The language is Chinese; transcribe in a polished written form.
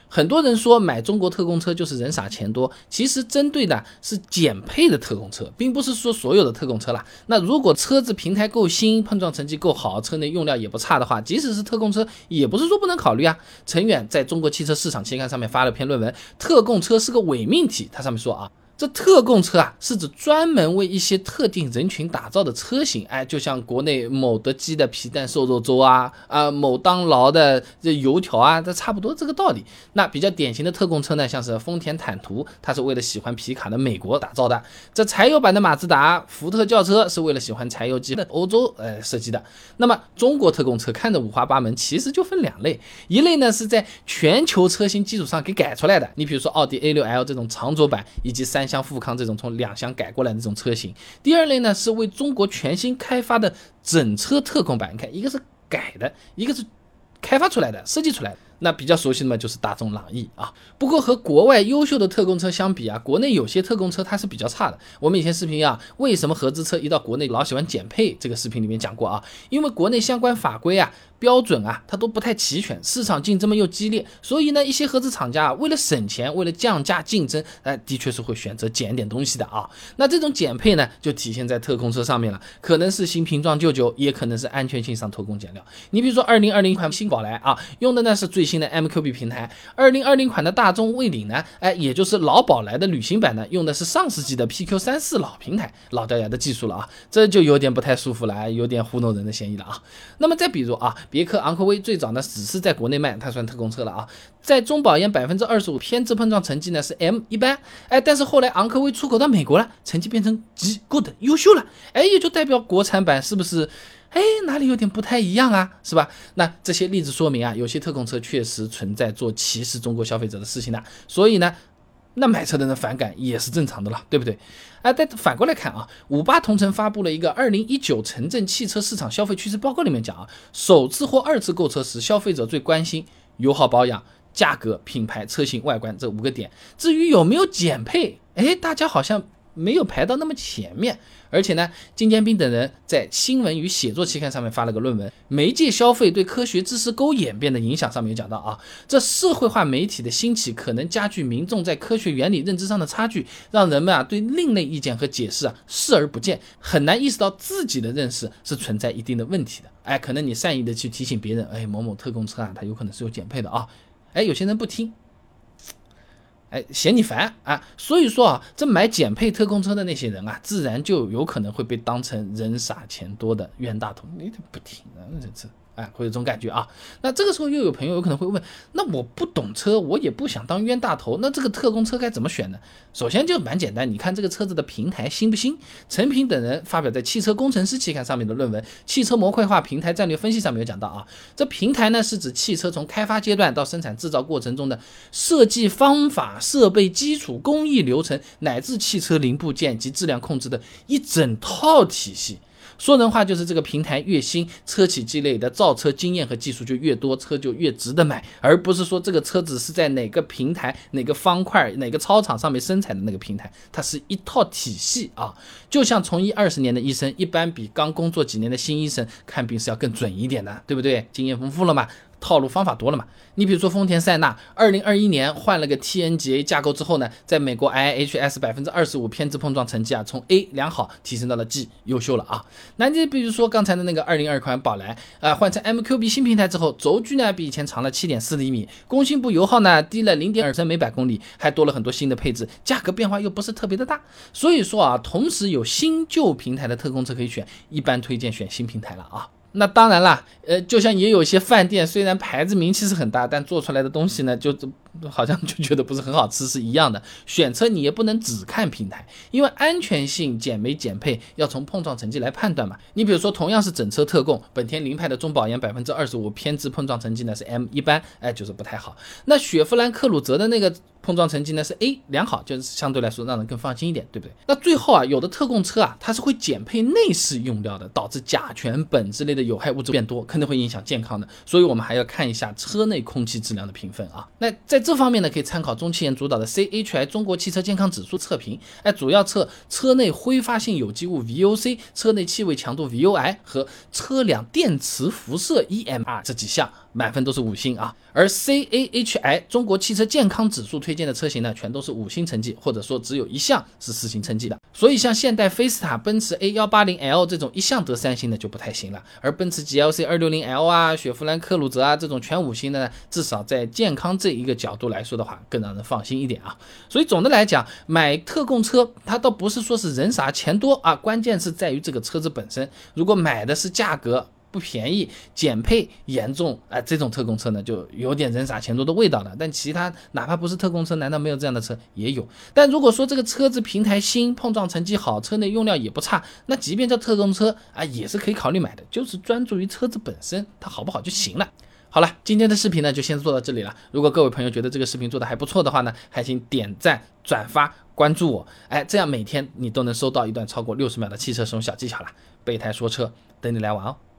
很多人说买中国特供车就是人傻钱多，其实针对的是减配的特供车，并不是说所有的特供车啦。那如果车子平台够新，碰撞成绩够好，车内用料也不差的话，即使是特供车也不是说不能考虑啊。陈远在中国汽车市场期刊上面发了篇论文，特供车是个伪命题，他上面说啊，这特供车啊，是指专门为一些特定人群打造的车型，就像国内某德基的皮蛋瘦肉粥啊，某当劳的这油条啊，这差不多这个道理。那比较典型的特供车呢，像是丰田坦途，它是为了喜欢皮卡的美国打造的；这柴油版的马自达、福特轿车是为了喜欢柴油机的欧洲设计的。那么中国特供车看着五花八门，其实就分两类，一类呢是在全球车型基础上给改出来的，你比如说奥迪 A6L 这种长轴版，以及三厢富康这种从两厢改过来的这种车型。第二类呢是为中国全新开发的整车特供版，你看一个是改的，一个是开发出来的，设计出来的。那比较熟悉的嘛就是大众朗逸啊。不过和国外优秀的特供车相比啊，国内有些特供车它是比较差的。我们以前视频啊，为什么合资车一到国内老喜欢减配，这个视频里面讲过啊，因为国内相关法规啊标准啊它都不太齐全，市场竞争嘛又激烈，所以呢一些合资厂家为了省钱，为了降价竞争，的确是会选择减点东西的啊。那这种减配呢就体现在特供车上面了，可能是新瓶装旧酒，也可能是安全性上偷工减料。你比如说2020款新宝来啊，用的呢是最新的 MQB 平台，2020款的大众蔚领呢，也就是老宝来的旅行版呢，用的是上世纪的 PQ34 老平台，老掉牙的技术了啊，这就有点不太舒服了，有点糊弄人的嫌疑了啊。那么再比如啊，别克昂科威最早呢只是在国内卖，它算特供车了啊，在中保研 25% 偏置碰撞成绩呢是 M 一般，但是后来昂科威出口到美国了，成绩变成 G good 优秀了，也就代表国产版是不是哪里有点不太一样啊，是吧？那这些例子说明啊，有些特供车确实存在做歧视中国消费者的事情的，所以呢，那买车的人反感也是正常的了，对不对？但反过来看啊，58同城发布了一个2019城镇汽车市场消费趋势报告，里面讲啊，首次或二次购车时，消费者最关心油耗保养、价格、品牌、车型、外观这5个点。至于有没有减配，大家好像没有排到那么前面。而且呢，金坚斌等人在新闻与写作期刊上面发了个论文，媒介消费对科学知识沟演变的影响，上面有讲到啊，这社会化媒体的兴起可能加剧民众在科学原理认知上的差距，让人们对另类意见和解释视而不见，很难意识到自己的认识是存在一定的问题的。可能你善意的去提醒别人，某某特供车它有可能是有减配的啊，有些人不听，嫌你烦啊，所以说啊，这买减配特供车的那些人啊，自然就有可能会被当成人傻钱多的冤大头，你不听啊，这会有这种感觉啊。那这个时候又有朋友有可能会问，那我不懂车，我也不想当冤大头，那这个特供车该怎么选呢？首先就蛮简单，你看这个车子的平台新不新？陈平等人发表在汽车工程师期刊上面的论文《汽车模块化平台战略分析》上面有讲到啊，这平台呢是指汽车从开发阶段到生产制造过程中的设计方法、设备基础、工艺流程，乃至汽车零部件及质量控制的一整套体系。说人话就是这个平台越新，车企积累的造车经验和技术就越多，车就越值得买，而不是说这个车子是在哪个平台、哪个方块、哪个操场上面生产的那个平台，它是一套体系啊。就像从医20年的医生，一般比刚工作几年的新医生看病是要更准一点的，对不对？经验丰富了嘛，套路方法多了嘛。你比如说丰田塞纳2021年换了个 TNGA 架构之后呢，在美国 IIHS 25%偏置碰撞成绩从 A 良好提升到了 G 优秀了啊。那你比如说刚才的那个2022款宝来换成 MQB 新平台之后，轴距呢比以前长了 7.4 厘米，工信部油耗呢低了 0.2 升每百公里，还多了很多新的配置，价格变化又不是特别的大。所以说啊，同时有新旧平台的特供车可以选，一般推荐选新平台了啊。那当然啦，就像也有一些饭店，虽然牌子名气是很大，但做出来的东西呢，就好像就觉得不是很好吃，是一样的。选车你也不能只看平台，因为安全性减没减配要从碰撞成绩来判断嘛。你比如说同样是整车特供，本田凌派的中保研 25% 偏置碰撞成绩呢是 M 一般，就是不太好。那雪佛兰克鲁泽的那个碰撞成绩呢是 A 良好，就是相对来说让人更放心一点，对不对？那最后啊，有的特供车啊，它是会减配内饰用料的，导致甲醛、苯之类的有害物质变多，可能会影响健康的。所以我们还要看一下车内空气质量的评分啊。那在这方面呢，可以参考中汽研主导的 CHI 中国汽车健康指数测评，主要测车内挥发性有机物 VOC、车内气味强度 VOI 和车辆电磁辐射 EMR 这几项满分都是5星啊。而 CAHI 中国汽车健康指数推荐的车型呢，全都是5星成绩，或者说只有一项是4星成绩的。所以像现代菲斯塔、奔驰 A180L 这种一项得3星的就不太行了，而奔驰 GLC 260L 啊、雪佛兰科鲁泽啊这种全5星的呢，至少在健康这一个角度来说的话，更让人放心一点啊。所以总的来讲，买特供车它倒不是说是人傻钱多啊，关键是在于这个车子本身。如果买的是价格不便宜、减配严重这种特供车呢，就有点人傻钱多的味道了。但其他哪怕不是特供车，难道没有这样的车？也有。但如果说这个车子平台新、碰撞成绩好、车内用料也不差，那即便叫特供车也是可以考虑买的，就是专注于车子本身它好不好就行了。好了，今天的视频呢就先做到这里了。如果各位朋友觉得这个视频做的还不错的话呢，还请点赞、转发、关注我，这样每天你都能收到一段超过60秒的汽车使用小技巧了。备胎说车，等你来玩哦。